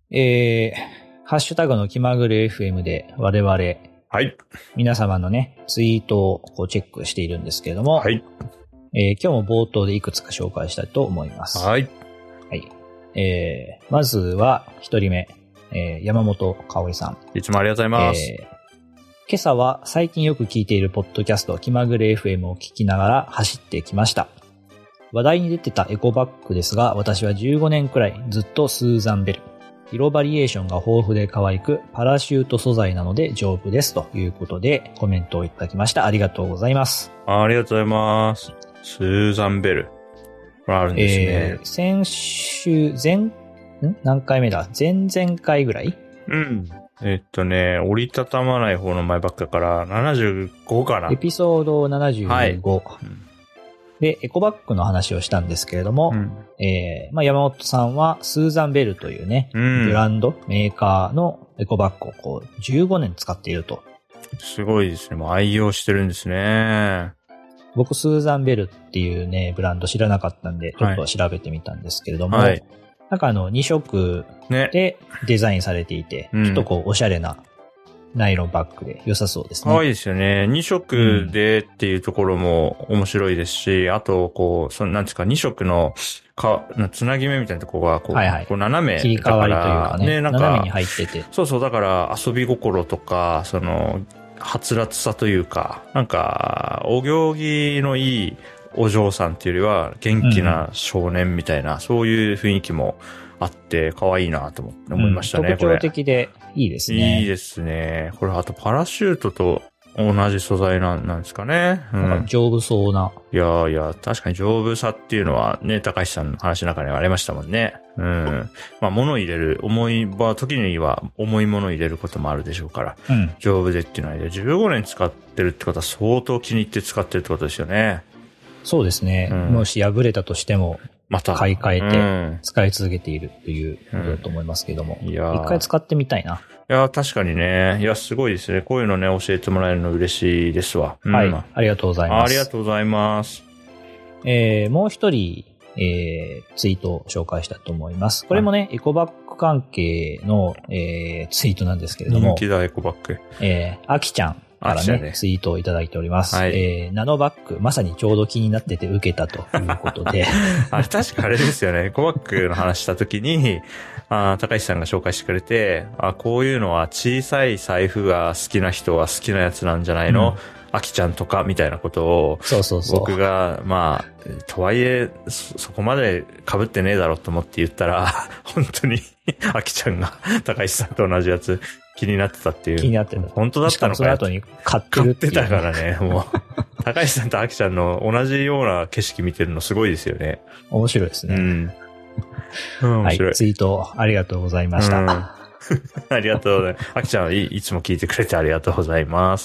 ハッシュタグの気まぐれ FM で我々、 はい。 皆様のね、ツイートをこうチェックしているんですけれども、 はい。 今日も冒頭でいくつか紹介したいと思います。 はい。 はい。まずは一人目、山本香織さん。 いつもありがとうございます。 今朝は最近よく聞いているポッドキャスト気まぐれ FM を聞きながら走ってきました。話題に出てたエコバッグですが、私は15年くらいずっとスーザンベル。色バリエーションが豊富で可愛く、パラシュート素材なので丈夫ですということでコメントをいただきました。ありがとうございます。 ありがとうございます。スーザンベル。これあるんですね。 先週、何回目だ？前々回ぐらい？ うん。折りたたまない方の前ばっかから75かな。 エピソード75。はい。で、エコバッグの話をしたんですけれども、山本さんはスーザンベルというね、ブランド、メーカーのエコバッグをこう15年使っていると。 すごいですね。もう愛用してるんですね。 僕、スーザンベルっていうね、ブランド知らなかったんで、ちょっと調べてみたんですけれども、なんか2色でデザインされていて、ちょっとこう、おしゃれなナイロンバッグで良さそうですね。 可愛いですよね。2色でっていうところも面白いですし、あと、こう、なんですか、2色のつなぎ目みたいなところが、こう、こう斜め。 切り替わりというかね、なんか斜めに入ってて。 そう、だから遊び心とか、はつらつさというか、なんか、お行儀のいいお嬢さんっていうよりは、元気な少年みたいな、そういう雰囲気もあって、可愛いなと思いましたね、 特徴的でいいですね。 いいですね。これ、あとパラシュートと同じ素材なんですかね。 なんか丈夫そうな。 いや、確かに丈夫さっていうのはね、高橋さんの話の中にはありましたもんね。まあ、物入れる、時には重いもの入れることもあるでしょうから、丈夫でっていうのは、15年使ってるってことは相当気に入って使ってるってことですよね。 そうですね。もし破れたとしても、また買い替えて使い続けているということだと思いますけども。一回使ってみたいな。 いや、確かにね。いや、すごいですね。こういうのね、教えてもらえるの嬉しいですわ。 はい。ありがとうございます。 ありがとうございます。 もう一人、ツイートを紹介したいと思います。これもね、エコバッグ関係の、ツイートなんですけれども。 人気だ、エコバッグ。 あきちゃんからね、ツイートをいただいております。ナノバッグ、まさにちょうど気になってて受けたということで。 確かあれですよね。エコバッグの話した時に、高橋さんが紹介してくれて、こういうのは小さい財布が好きな人は好きなやつなんじゃないの？あきちゃんとかみたいなことを、僕が、まあ、とはいえ、そこまで被ってねえだろうと思って言ったら、本当に、あきちゃんが高橋さんと同じやつ気になってたっていう。 気になってた。 本当だったのか。 その後に買ってるっていう。 買ってたからね、もう。高橋さんとあきちゃんの同じような景色見てるのすごいですよね。 面白いですね。 面白い。 はい、ツイートありがとうございました。 ありがとうございます。あきちゃんはいつも聞いてくれてありがとうございます。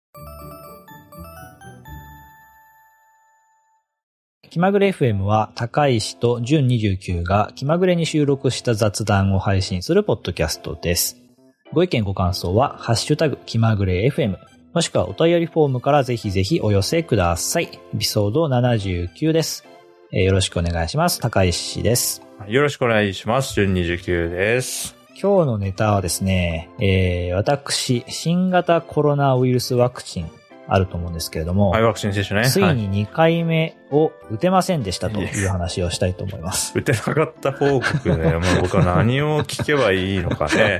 気まぐれ FM は高石と準29が気まぐれに収録した雑談を配信するポッドキャストです。ご意見ご感想はハッシュタグ気まぐれ FM もしくはお便りフォームからぜひぜひお寄せください。エピソード79です。よろしくお願いします。高石です。 よろしくお願いします。準29です。 今日のネタはですね、私、新型コロナウイルスワクチンあると思うんですけれども、 はい、ワクチン接種ね。 ついに2回目を打てませんでしたという話をしたいと思います。 打てなかった報告ね。もう僕は何を聞けばいいのかね。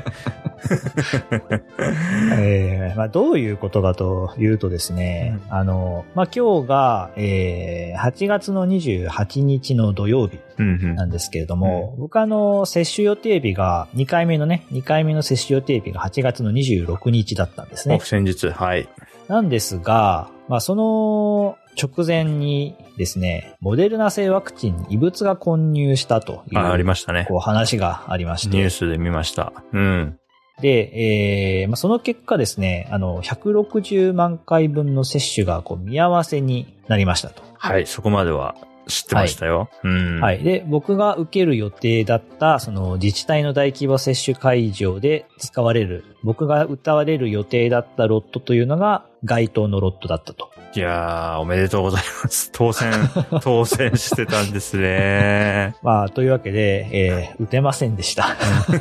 どういうことかというとですね、今日が、8月の28日の土曜日なんですけれども、僕接種予定日が2回目の接種予定日が8月の26日だったんですね。 先日、はい。 なんですが、その直前にですね、モデルナ製ワクチンに異物が混入したという、 ありましたね。 こう話がありまして。 ニュースで見ました。 で、その結果ですね、160万回分の接種がこう見合わせになりましたと。 はい、そこまでは知ってましたよ。 はい。で、僕が受ける予定だった、その自治体の大規模接種会場で僕が打たれる予定だったロットというのが、 該当のロットだったと。 いやー、おめでとうございます。当選してたんですね。 まあ、というわけで、打てませんでした。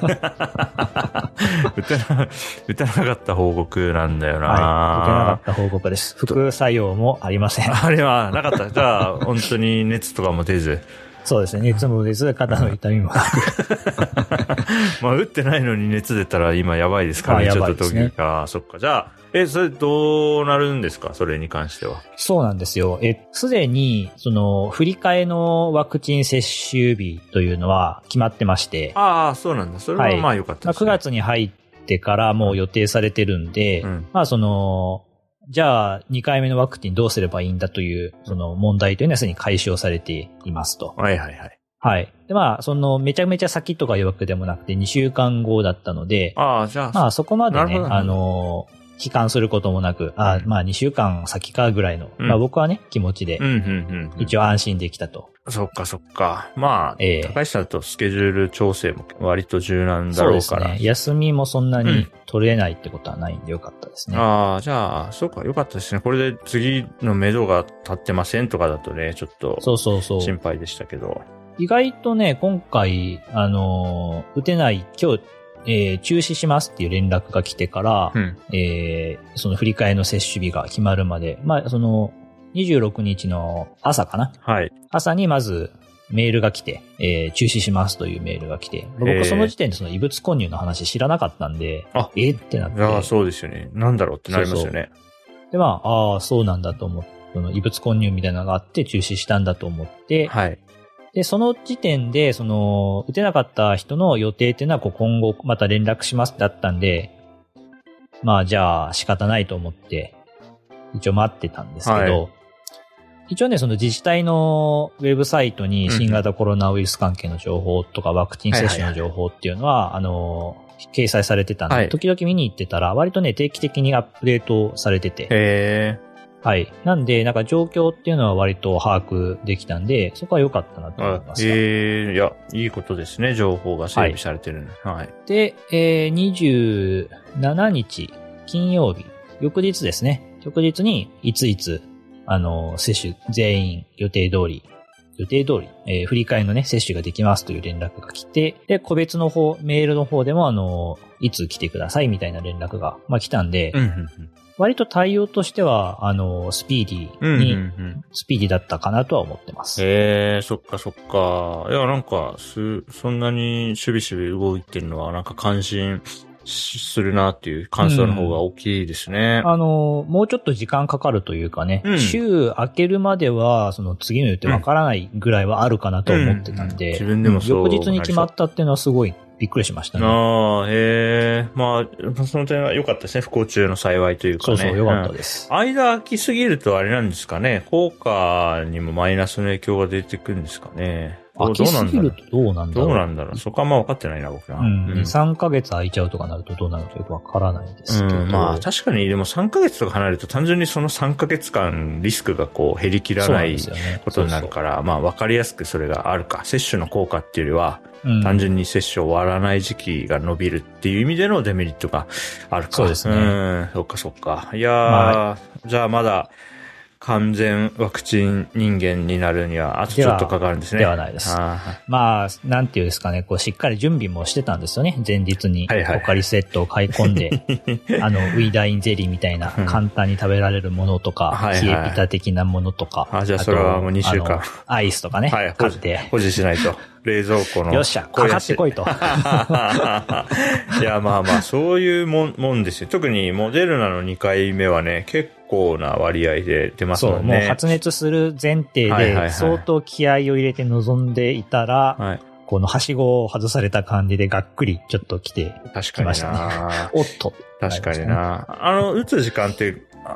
打てなかった報告なんだよな。 はい。打てなかった報告です。副作用もありません。 あれはなかった。じゃあ、本当に熱とかも出ず。 そうですね。熱も出ず、肩の痛みもなく。 まあ、打ってないのに熱出たら今やばいですからね。ちょっと時が。そっか。じゃあ、それどうなるんですか？それに関しては。 そうなんですよ。すでに、振り替えのワクチン接種日というのは決まってまして。 ああ、そうなんだ。それはまあ良かったですね。 9月に入ってからもう予定されてるんで、まあじゃあ2回目のワクチンどうすればいいんだという、問題というのはすでに解消されていますと。 はいはいはい。 はい。で、まあ、めちゃめちゃ先とかいうわけでもなくて2週間後だったので、 ああ、じゃあ。 まあそこまでね、悲観することもなく、まあ2週間先かぐらいの、まあ僕はね、気持ちで、一応安心できたと。 そっかそっか。まあ、高橋さんとスケジュール調整も割と柔軟だろうから。そうですね。 休みもそんなに取れないってことはないんでよかったですね。 ああ、じゃあ、そうか、よかったですね。これで次の目処が立ってませんとかだとね、ちょっと、心配でしたけど。 意外とね、今回、打てない、今日、中止しますっていう連絡が来てから、その振り替えの接種日が決まるまで、まあ、26日の朝かな。はい。朝にまずメールが来て、中止しますというメールが来て、僕その時点でその異物混入の話知らなかったんで、ってなって。 ああ、そうですよね。なんだろうってなりますよね。 で、まあ、そうなんだと思って、その異物混入みたいなのがあって中止したんだと思って、はい。で、その時点で、打てなかった人の予定っていうのは、今後また連絡しますってあったんで、まあ、じゃあ仕方ないと思って、一応待ってたんですけど、一応ね、その自治体のウェブサイトに新型コロナウイルス関係の情報とかワクチン接種の情報っていうのは、掲載されてたんで、時々見に行ってたら、割とね、定期的にアップデートされてて、はい。なんで、なんか状況っていうのは割と把握できたんで、そこは良かったなと思いました。 いや、いいことですね。情報が整備されてるの。はい。 で、27日、金曜日、翌日ですね。翌日に、いつ、接種全員予定通り、振り替えのね、接種ができますという連絡が来て、で、個別のメールの方でもいつ来てくださいみたいな連絡が、来たんで、割と対応としては、スピーディーだったかなとは思ってます。 そっかそっか。いや、なんか、そんなにしゅびしゅび動いてるのは、なんか感心するなっていう感想の方が大きいですね。 もうちょっと時間かかるというかね、週明けるまでは、次の予定わからないぐらいはあるかなと思ってたんで、 自分でもそう。 翌日に決まったっていうのはすごいびっくりしましたね。 まあ、その点は良かったですね。不幸中の幸いというかね。 そう、良かったです。 間空きすぎるとあれなんですかね。効果にもマイナスの影響が出てくるんですかね。 空きすぎるとどうなんだろう。 どうなんだろう。そこはまあ分かってないな、僕は。 3ヶ月空いちゃうとかなるとどうなるとよくわからないですけど。 まあ確かに、でも3ヶ月とか離れると単純にその3ヶ月間リスクが減りきらないことになるから、まあ分かりやすくそれがあるか。接種の効果っていうよりは、単純に接種終わらない時期が伸びるっていう意味でのデメリットがあるか。 そうですね。 そっかそっか。いやー、じゃあまだ、完全ワクチン人間になるには、あとちょっとかかるんですね。 ではないです。まあ、なんていうんですかね、しっかり準備もしてたんですよね。前日に、ポカリセットを買い込んで、ウイダインゼリーみたいな簡単に食べられるものとか、冷えピタ的なものとか。 じゃあそれはもう2週間。 アイスとかね、買って。 保持しないと。冷蔵庫の。 よっしゃ、かかってこいと。 いや、まあまあ、そういうもんですよ。特にモデルナの2回目はね、結構な割合で出ますもんね。 そう、もう発熱する前提で、相当気合を入れて臨んでいたら、このはしごを外された感じでがっくりちょっと来ましたね。おっと。 確かにな。打つ時間って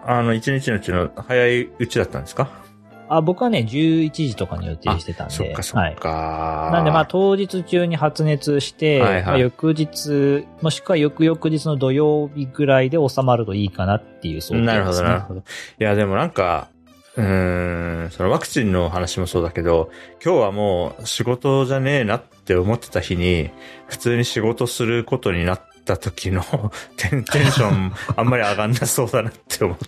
、1日のうちの早いうちだったんですか？ 僕はね、11時とかに予定してたんで。 そっかそっか。 なんでまあ当日中に発熱して、翌日、もしくは翌々日の土曜日ぐらいで収まるといいかなっていう想定ですね。 なるほど、なるほど。いや、でもなんか、そのワクチンの話もそうだけど、今日はもう仕事じゃねえなって思ってた日に、普通に仕事することになった時のテンションあんまり上がんなそうだなって思って。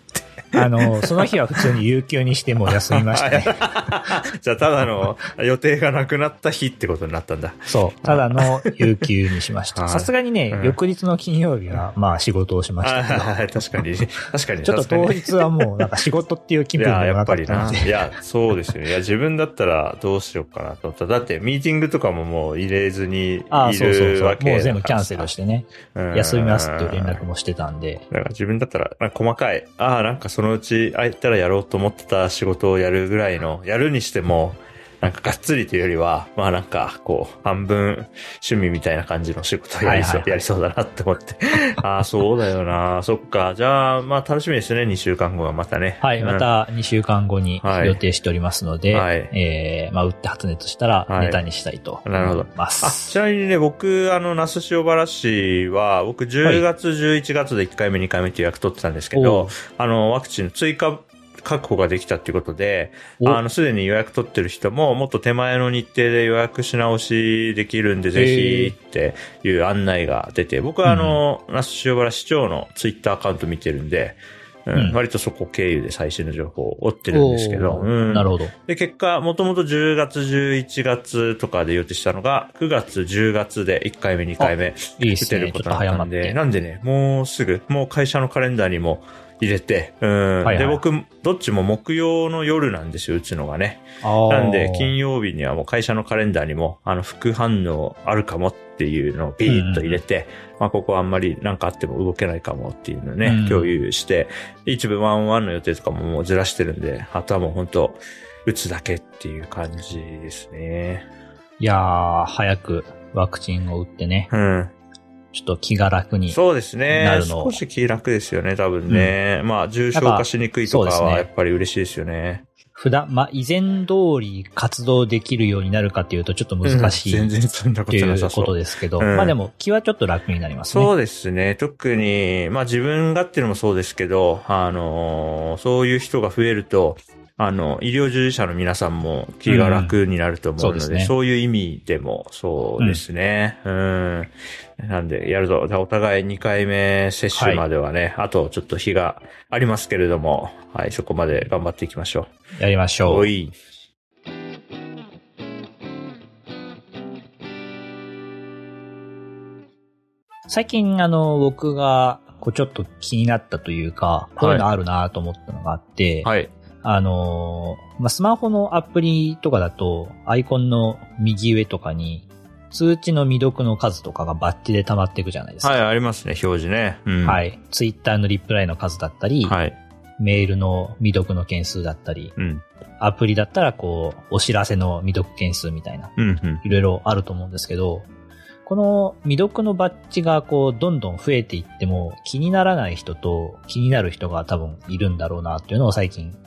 その日は普通に有給にしてもう休みましたね。 じゃあ、ただの予定がなくなった日ってことになったんだ。 そう。ただの有給にしました。 はいさすがにね、 うん翌日の金曜日は、まあ仕事をしましたけど。 はい確かに。確かに。 ちょっと当日はもうなんか仕事っていう気分ではやなっぱりな。 かったので。 いや、そうですよね。いや、自分だったらどうしようかなと思った。だって、ミーティングとかももう入れずにいるわけそうそうそう。 だからもう全部キャンセルしてね。休みますっていう連絡も。 もしてたんで。 だから自分だったら、なんか細かい、なんかそのうち空いたらやろうと思ってた仕事をやるぐらいの、やるにしても、なんかがっつりというよりは、まあなんか、こう、半分趣味みたいな感じの仕事をやりそうだなって思って。そうだよな。そっか。じゃあ、まあ楽しみですね。2週間後はまたね。 はい、また2週間後に予定しておりますので、まあ打って発熱したらネタにしたいと思います。 ちなみにね、僕、那須塩原市は、僕10月、11月で1回目、2回目って予約取ってたんですけど、ワクチンの追加確保ができたっていうことで、すでに予約取ってる人も、もっと手前の日程で予約し直しできるんで、ぜひっていう案内が出て、僕は那須塩原市長のツイッターアカウント見てるんで、割とそこ経由で最新の情報を追ってるんですけど、 なるほど。 で、結果、もともと10月、11月とかで予定したのが、9月、10月で1回目、2回目、打てることになったんで、なんでね、もうすぐ、もう会社のカレンダーにも、入れて、で、僕、どっちも木曜の夜なんですよ、打つのがね。なんで、金曜日にはもう会社のカレンダーにも、副反応あるかもっていうのをピーッと入れて、まあ、ここあんまりなんかあっても動けないかもっていうのをね、共有して、一部ワンワンの予定とかももうずらしてるんで、あとはもう本当打つだけっていう感じですね。 いやー、早くワクチンを打ってね。ちょっと気が楽になるの。 そうですね。少し気楽ですよね、多分ね。まあ、重症化しにくいとかはやっぱり嬉しいですよね。 以前通り活動できるようになるかっていうとちょっと難しい。 全然そんなことなさそう。 ということですけど。まあでも気はちょっと楽になりますね。 そうですね。特に、まあ自分がっていうのもそうですけど、そういう人が増えると、医療従事者の皆さんも気が楽になると思うので、そういう意味でもそうですね。なんで、やるぞ。お互い2回目接種まではね、あとちょっと日がありますけれども、はい、そこまで頑張っていきましょう。やりましょう。最近僕がちょっと気になったというか、こういうのあるなと思ったのがあって、スマホのアプリとかだと、アイコンの右上とかに、通知の未読の数とかがバッチで溜まっていくじゃないですか。 はい、ありますね、表示ね。 はい。ツイッターのリプライの数だったり、メールの未読の件数だったり、アプリだったらお知らせの未読件数みたいな、いろいろあると思うんですけど、この未読のバッジがどんどん増えていっても気にならない人と気になる人が多分いるんだろうなっていうのを最近、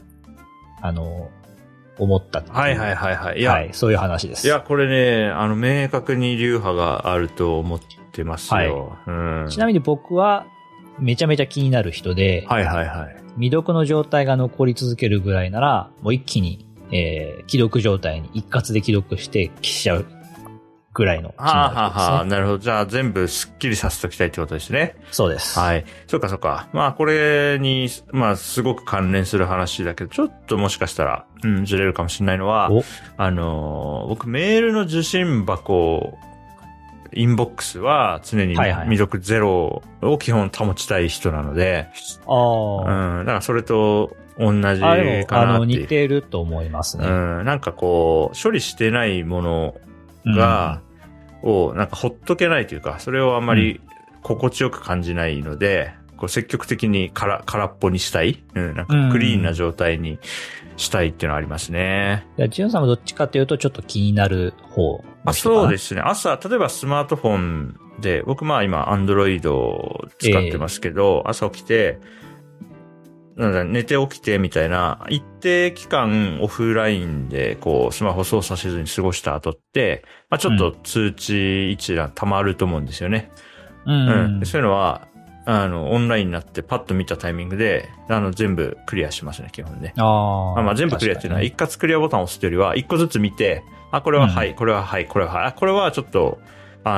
思ったっていう。いや、そういう話です。 いや、これね、明確に流派があると思ってますよ。 ちなみに僕はめちゃめちゃ気になる人で、未読の状態が残り続けるぐらいなら、もう一気に、既読状態に一括で既読して消しちゃうぐらいの気になるですね。 なるほど。じゃあ全部スッキリさせておきたいってことですね。 そうです。 はい。そうか。まあこれに、まあすごく関連する話だけど、ちょっともしかしたら、ずれるかもしれないのは、僕メールの受信箱、インボックスは常に未読ゼロを基本保ちたい人なので、だからそれと同じかなって。 似てると思いますね。 なんか処理してないものが、なんかほっとけないというか、それをあんまり心地よく感じないので、積極的に空っぽにしたい。なんかクリーンな状態にしたいっていうのはありますね。 ジュンさんもどっちかというとちょっと気になる方。 そうですね。朝、例えばスマートフォンで、僕今アンドロイドを使ってますけど、朝起きて、寝て起きてみたいな、一定期間オフラインでスマホ操作せずに過ごした後って、ちょっと通知一覧溜まると思うんですよね。そういうのは、オンラインになってパッと見たタイミングで、全部クリアしますね、基本ね。全部クリアっていうのは、一括クリアボタンを押すというよりは、一個ずつ見て、これははい、これははい、これははい、これはちょっと、今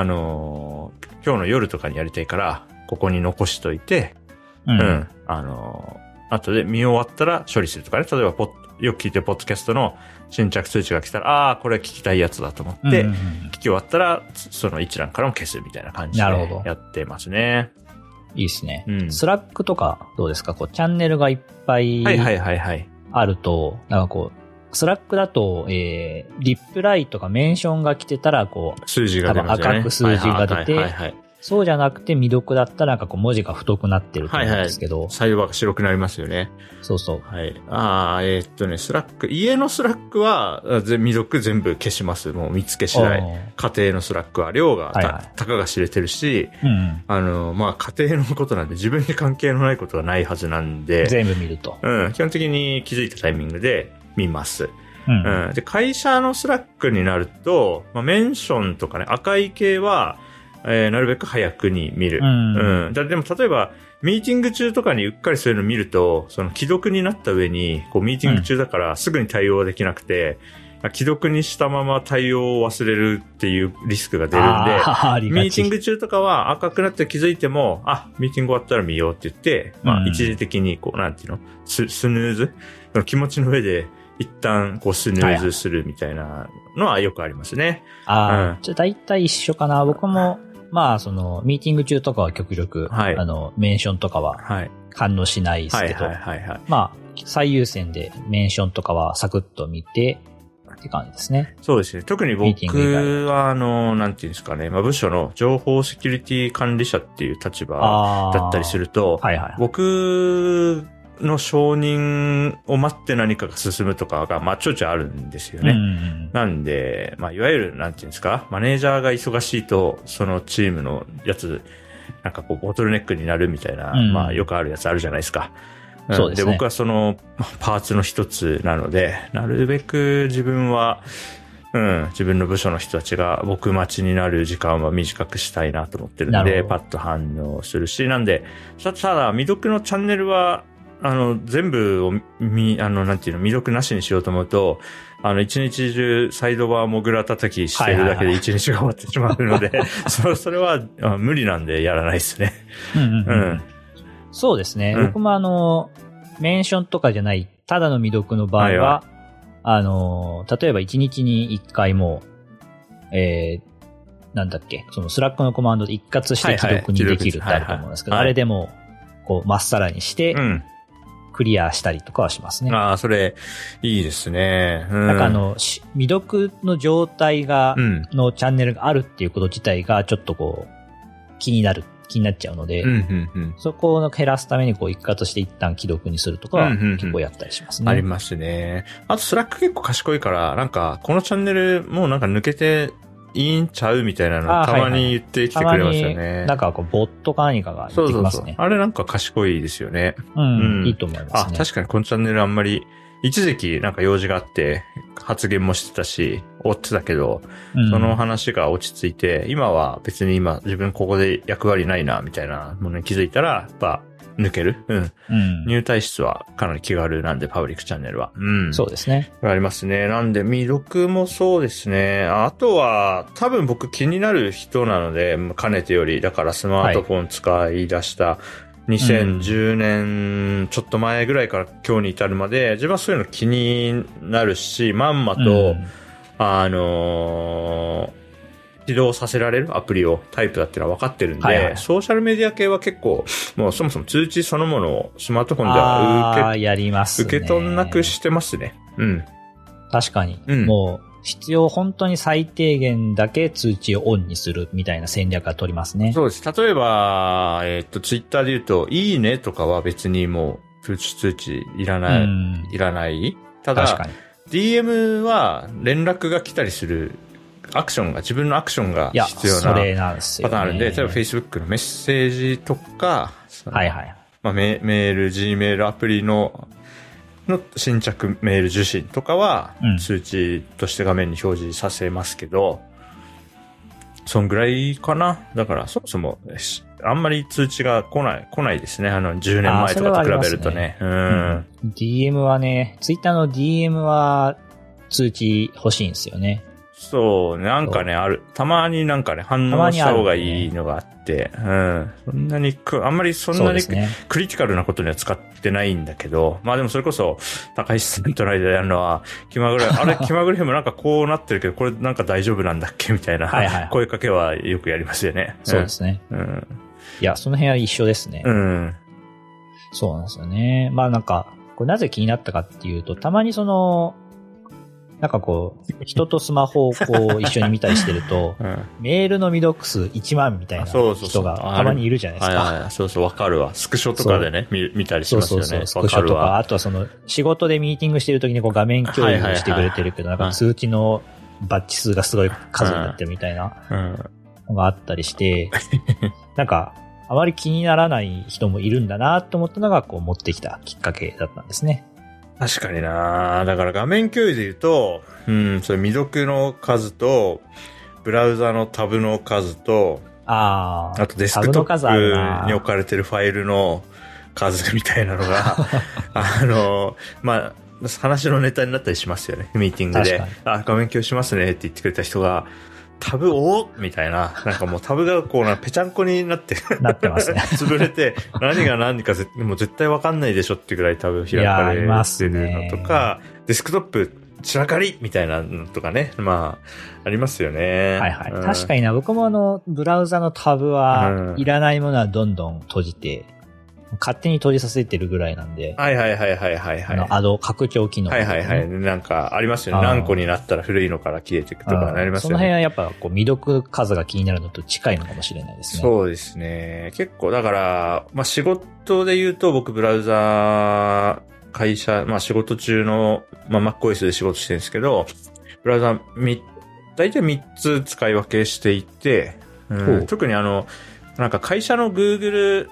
日の夜とかにやりたいから、ここに残しといて、 後で見終わったら処理するとかね。例えばよく聞いてるポッドキャストの新着通知が来たら、これ聞きたいやつだと思って、聞き終わったら、その一覧からも消すみたいな感じでやってますね。 いいですね。スラックとかどうですか？こう、チャンネルがいっぱいあると、なんかこう、スラックだと、リップライとかメンションが来てたら、こう、 数字が出ますよね。 赤く数字が出て、そうじゃなくて未読だったらなんかこう文字が太くなってると思うんですけど。 サイドバーが白くなりますよね。 そうそう。 はい。スラック、家のスラックは未読全部消します。もう見つけ次第。家庭のスラックは量がたかが知れてるし、まあ家庭のことなんで自分に関係のないことがないはずなんで。 全部見ると。 基本的に気づいたタイミングで見ます。で、会社のスラックになると、まあ、メンションとかね、赤い系は、なるべく早くに見る。でも例えば、ミーティング中とかにうっかりそういうの見ると、その既読になった上に、こうミーティング中だからすぐに対応できなくて、既読にしたまま対応を忘れるっていうリスクが出るんで、ミーティング中とかは赤くなって気づいても、ミーティング終わったら見ようって言って、まあ一時的にこう、なんていうの、スヌーズ気持ちの上で、一旦こうスヌーズするみたいなのはよくありますね。 じゃあ大体一緒かな。僕も、まあ、その、ミーティング中とかは極力、メンションとかは、反応しないですけど、まあ、最優先でメンションとかはサクッと見て、って感じですね。 そうですね。特に僕は、なんていうんですかね、まあ、部署の情報セキュリティ管理者っていう立場だったりすると、僕の承認を待って何かが進むとかが、まあ、ちょいちょいあるんですよね。なんで、まあ、いわゆる、なんていうんですか、マネージャーが忙しいと、そのチームのやつ、なんかこう、ボトルネックになるみたいな、まあ、よくあるやつあるじゃないですか。 そうですね。 で、僕はその、パーツの一つなので、なるべく自分は、自分の部署の人たちが僕待ちになる時間は短くしたいなと思ってるんで、パッと反応するし、なんで、ただ、未読のチャンネルは、全部をなんていうの、未読なしにしようと思うと、一日中サイドバーもぐら叩きしてるだけで一日が終わってしまうので、それは無理なんでやらないですね。 そうですね。僕もメンションとかじゃない、ただの未読の場合は、例えば一日に一回も、なんだっけ、そのスラックのコマンドで一括して既読にできるってあると思うんですけど、あれでも、こう、まっさらにして、クリアしたりとかはしますね。 それ、いいですね。 なんか未読の状態が、のチャンネルがあるっていうこと自体が、ちょっとこう、気になっちゃうので、そこを減らすために、こう、一括して一旦既読にするとかは、結構やったりしますね。 ありますね。あと、スラック結構賢いから、なんか、このチャンネル、もうなんか抜けて、いいんちゃうみたいなのたまに言ってきてくれますよね。 なんかこう、ボットか何かが言ってきますね。 あれなんか賢いですよね。 いいと思いますね。 確かにこのチャンネルあんまり、一時期なんか用事があって発言もしてたし、追ってたけど、その話が落ち着いて、今は別に自分ここで役割ないな、みたいなものに気づいたら、やっぱ、抜ける。入退室はかなり気軽なんで、パブリックチャンネルは。 そうですね。 ありますね。なんで、未読もそうですね。あとは、多分僕気になる人なので、かねてより、だからスマートフォン使い出した、2010年ちょっと前ぐらいから今日に至るまで、自分はそういうの気になるし、まんまと、起動させられるアプリをタイプだっていうのは分かってるんで、ソーシャルメディア系は結構、もうそもそも通知そのものをスマートフォンでは受け取んなくしてますね。 確かに。もう、必要本当に最低限だけ通知をオンにするみたいな戦略が取りますね。 そうです。例えば、ツイッターで言うと、いいねとかは別にもう、通知いらない。ただ、DM は連絡が来たりする自分のアクションが必要なパターンあるんで、例えば Facebook のメッセージとか、まあ、メール、Gmail アプリの新着メール受信とかは、通知として画面に表示させますけど、そんぐらいかな。だから、そもそも、あんまり通知が来ないですね。10年前とかと比べるとね。 DM はね、Twitter の DM は通知欲しいんですよね。 そう、なんかね、たまになんかね、反応した方がいいのがあって、うん。そんなにあんまりそんなにクリティカルなことには使ってないんだけど、まあでもそれこそ、高橋さんとの間でやるのは、気まぐれ、気まぐれもなんかこうなってるけど、これなんか大丈夫なんだっけみたいな、声かけはよくやりますよね。 そうですね。うん。いや、その辺は一緒ですね。 うん。 そうなんですよね。まあなんか、これなぜ気になったかっていうと、たまになんかこう、人とスマホをこう一緒に見たりしてると、うん、メールの未読数1万みたいな人がたまにいるじゃないですか。 はい、そうそう、わかるわ。スクショとかでね、見たりしますよね。そうスクショとか、あとは仕事でミーティングしてる時にこう画面共有してくれてるけど、なんか通知のバッチ数がすごい数になってるみたいなのがあったりして、なんか、あまり気にならない人もいるんだなと思ったのが、こう持ってきたきっかけだったんですね。 確かにな。だから画面共有で言うと、それ未読の数と、ブラウザのタブの数と、あとデスクトップに置かれてるファイルの数みたいなのが、まあ、話のネタになったりしますよね。ミーティングで。画面共有しますねって言ってくれた人が、タブみたいな、なんかもうタブがこうぺちゃんこになってますね。 潰れて、何が何かもう絶対わかんないでしょってぐらいタブ開かれてるのとか、デスクトップ散らかりみたいなのとかね、まあ、ありますよね。 はいはい。確かに僕もブラウザのタブはいらないものはどんどん閉じて、勝手に閉じさせてるぐらいなんで。 はい。 拡張機能、 ね。はい。なんかありますよね。何個になったら古いのから消えていくとかなりますよね。 その辺はやっぱこう未読数が気になるのと近いのかもしれないですね。 そうですね。結構だから、まあ仕事で言うと僕ブラウザ会社、まあ仕事中の、まあ MacOS で仕事してるんですけど、ブラウザ大体3つ使い分けしていて、特になんか会社の Google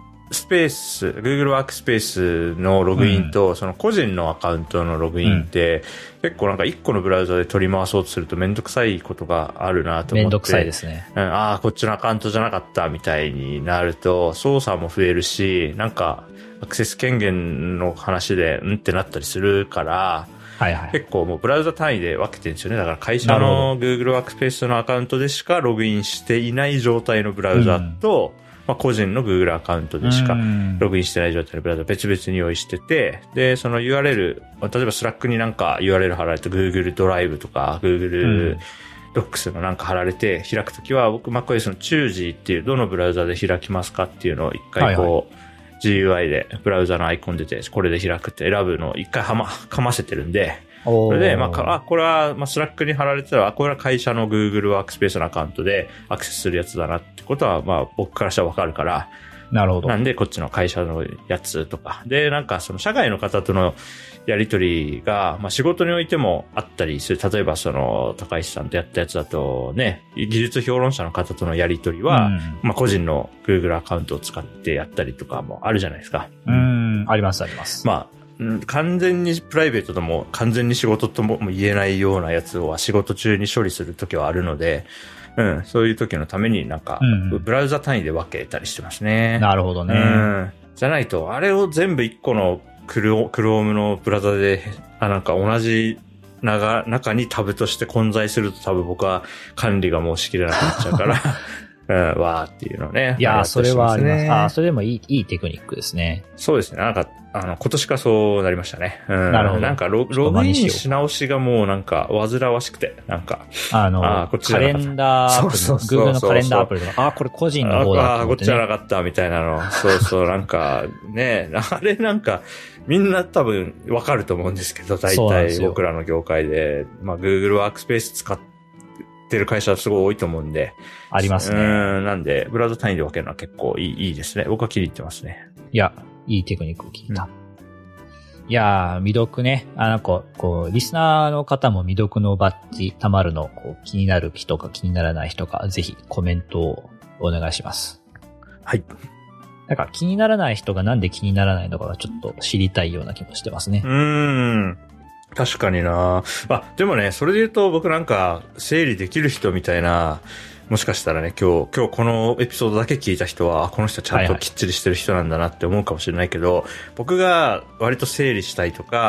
ワークスペースのログインと、その個人のアカウントのログインって、結構なんか1個のブラウザで取り回そうとするとめんどくさいことがあるなと思って。 めんどくさいですね。 こっちのアカウントじゃなかったみたいになると、操作も増えるし、なんか、アクセス権限の話で、ってなったりするから、結構もうブラウザ単位で分けてるんですよね。だから会社の Google ワークスペースのアカウントでしかログインしていない状態のブラウザと、まあ、個人の Google アカウントでしかログインしてない状態のブラウザ別々に用意してて、で、その URL、例えば Slack になんか URL 貼られて Google ドライブとか Google Docs のなんか貼られて開くときは、僕 MacOS の Choosy っていうどのブラウザで開きますかっていうのを一回こう、GUI でブラウザのアイコン出て、これで開くって選ぶのを一回かませてるんで、それで、まあ、これは、まあ、スラックに貼られてたら、これは会社の Google ワークスペースのアカウントでアクセスするやつだなってことは、まあ、僕からしたらわかるから。 なるほど。 なんで、こっちの会社のやつとか。で、なんか、その、社外の方とのやりとりが、まあ、仕事においてもあったりする。例えば、高橋さんとやったやつだと、ね、技術評論者の方とのやりとりは、まあ、個人の Google アカウントを使ってやったりとかもあるじゃないですか。 あります、あります。 まあ、完全にプライベートとも完全に仕事とも言えないようなやつを仕事中に処理するときはあるので、そういう時のためになんか、ブラウザ単位で分けたりしてますね。 なるほどね。 じゃないと、あれを全部一個のクロームのブラウザで、なんか同じ中にタブとして混在すると多分僕は管理がもうしきれなくなっちゃうから、わーっていうのね。 いや、それはあります。それでもいいテクニックですね。 そうですね。なんか、今年からそうなりましたね。なるほど。なんかログインし直しがもうなんか、煩わしくて、なんか。 こっちカレンダーアプリ、Google のカレンダーアプリとか、これ個人の方だと思って、ね。 こっちじゃなかったみたいなの。そう、なんか、ね、あれなんか、みんな多分わかると思うんですけど、大体僕らの業界で、まあ Google ワークスペース使ってる会社はすごい多いと思うんで。 ありますね。 なんで、ブラウザ単位で分けるのは結構いいですね。僕は気に入ってますね。 いや、いいテクニックを聞いた。いやー、未読ね。リスナーの方も未読のバッジ溜まるの、気になる人か気にならない人か、ぜひコメントをお願いします。 はい。 なんか気にならない人がなんで気にならないのかがちょっと知りたいような気もしてますね。 確かにな。でもね、それで言うと僕なんか整理できる人みたいな、もしかしたらね、今日このエピソードだけ聞いた人は、この人ちゃんときっちりしてる人なんだなって思うかもしれないけど、僕が割と整理したいとか、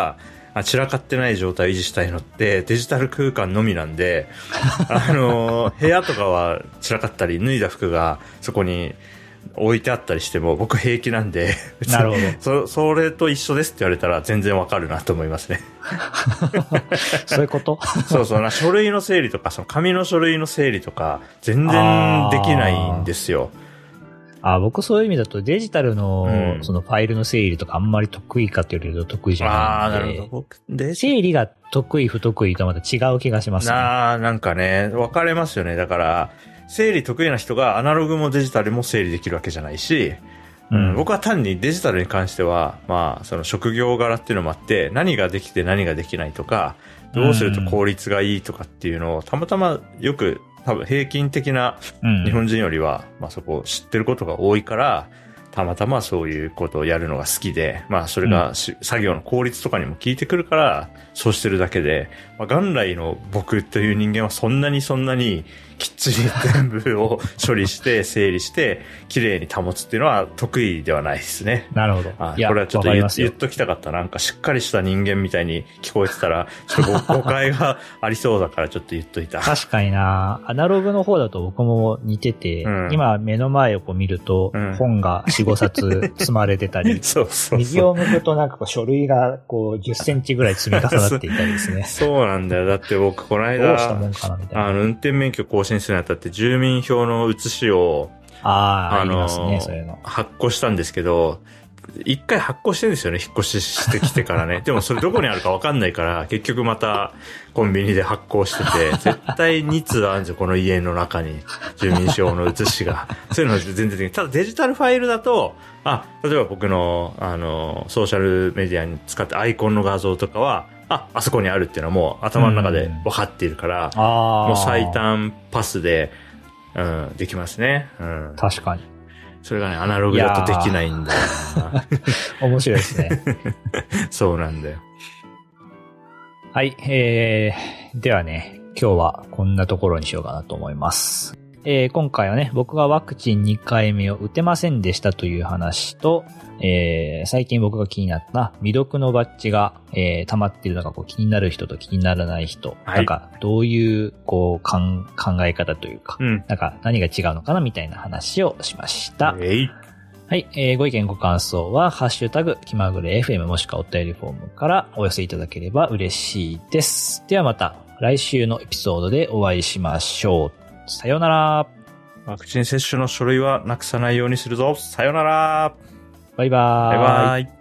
散らかってない状態を維持したいのってデジタル空間のみなんで、部屋とかは散らかったり脱いだ服がそこに置いてあったりしても僕平気なんで、 なるほど。それと一緒ですって言われたら全然わかるなと思いますね。 そういうことそうそうな、書類の整理とか、その紙の書類の整理とか全然できないんですよ。 僕そういう意味だとデジタルのそのファイルの整理とかあんまり得意かというと得意じゃないんで。 なるほど。 整理が得意不得意とはまた違う気がしますね。 なんかね、分かれますよね。だから、整理得意な人がアナログもデジタルも整理できるわけじゃないし、僕は単にデジタルに関しては、まあ、その職業柄っていうのもあって、何ができて何ができないとか、どうすると効率がいいとかっていうのをたまたまよく多分平均的な日本人よりは、まあそこを知ってることが多いから、たまたまそういうことをやるのが好きで、まあそれが作業の効率とかにも効いてくるから、そうしてるだけで、まあ、元来の僕という人間はそんなにきっちり全部を処理して整理して綺麗に保つっていうのは得意ではないですね。 なるほど。 これはちょっと言っときたかった。なんかしっかりした人間みたいに聞こえてたら、ちょっと誤解がありそうだからちょっと言っといた。 確かにな。アナログの方だと僕も似てて、今目の前をこう見ると、本が4、5冊積まれてたり、 そう右を向くとなんかこう書類がこう10センチぐらい積み重なっていたりですね。 そうなんだよ。だって僕この間、 どうしたもんかなみたいな。 運転免許更新するにあたって住民票の写しを、 ありますね、そういうの。 発行したんですけど、一回発行してるんですよね、引っ越ししてきてからね。でもそれどこにあるか分かんないから、結局またコンビニで発行してて、絶対2通あるんですよ、この家の中に。住民票の写しが。そういうの全然できない。ただデジタルファイルだと、例えば僕の、ソーシャルメディアに使ってアイコンの画像とかは、あそこにあるっていうのはもう頭の中で分かっているから、もう最短パスで、できますね。 確かに。 それがね、アナログだとできないんだよな。 面白いですね。 そうなんだよ。 はい、ではね、今日はこんなところにしようかなと思います。今回はね、僕がワクチン2回目を打てませんでしたという話と、最近僕が気になった未読のバッジが、溜まっているのがこう気になる人と気にならない人、なんかどういうこう考え方というか、なんか何が違うのかなみたいな話をしました。はい、ご意見ご感想はハッシュタグ気まぐれ FM もしくはお便りフォームからお寄せいただければ嬉しいです。ではまた来週のエピソードでお会いしましょう。さようなら。 ワクチン接種の書類はなくさないようにするぞ。さようなら。 バイバーイ。 バイバイ。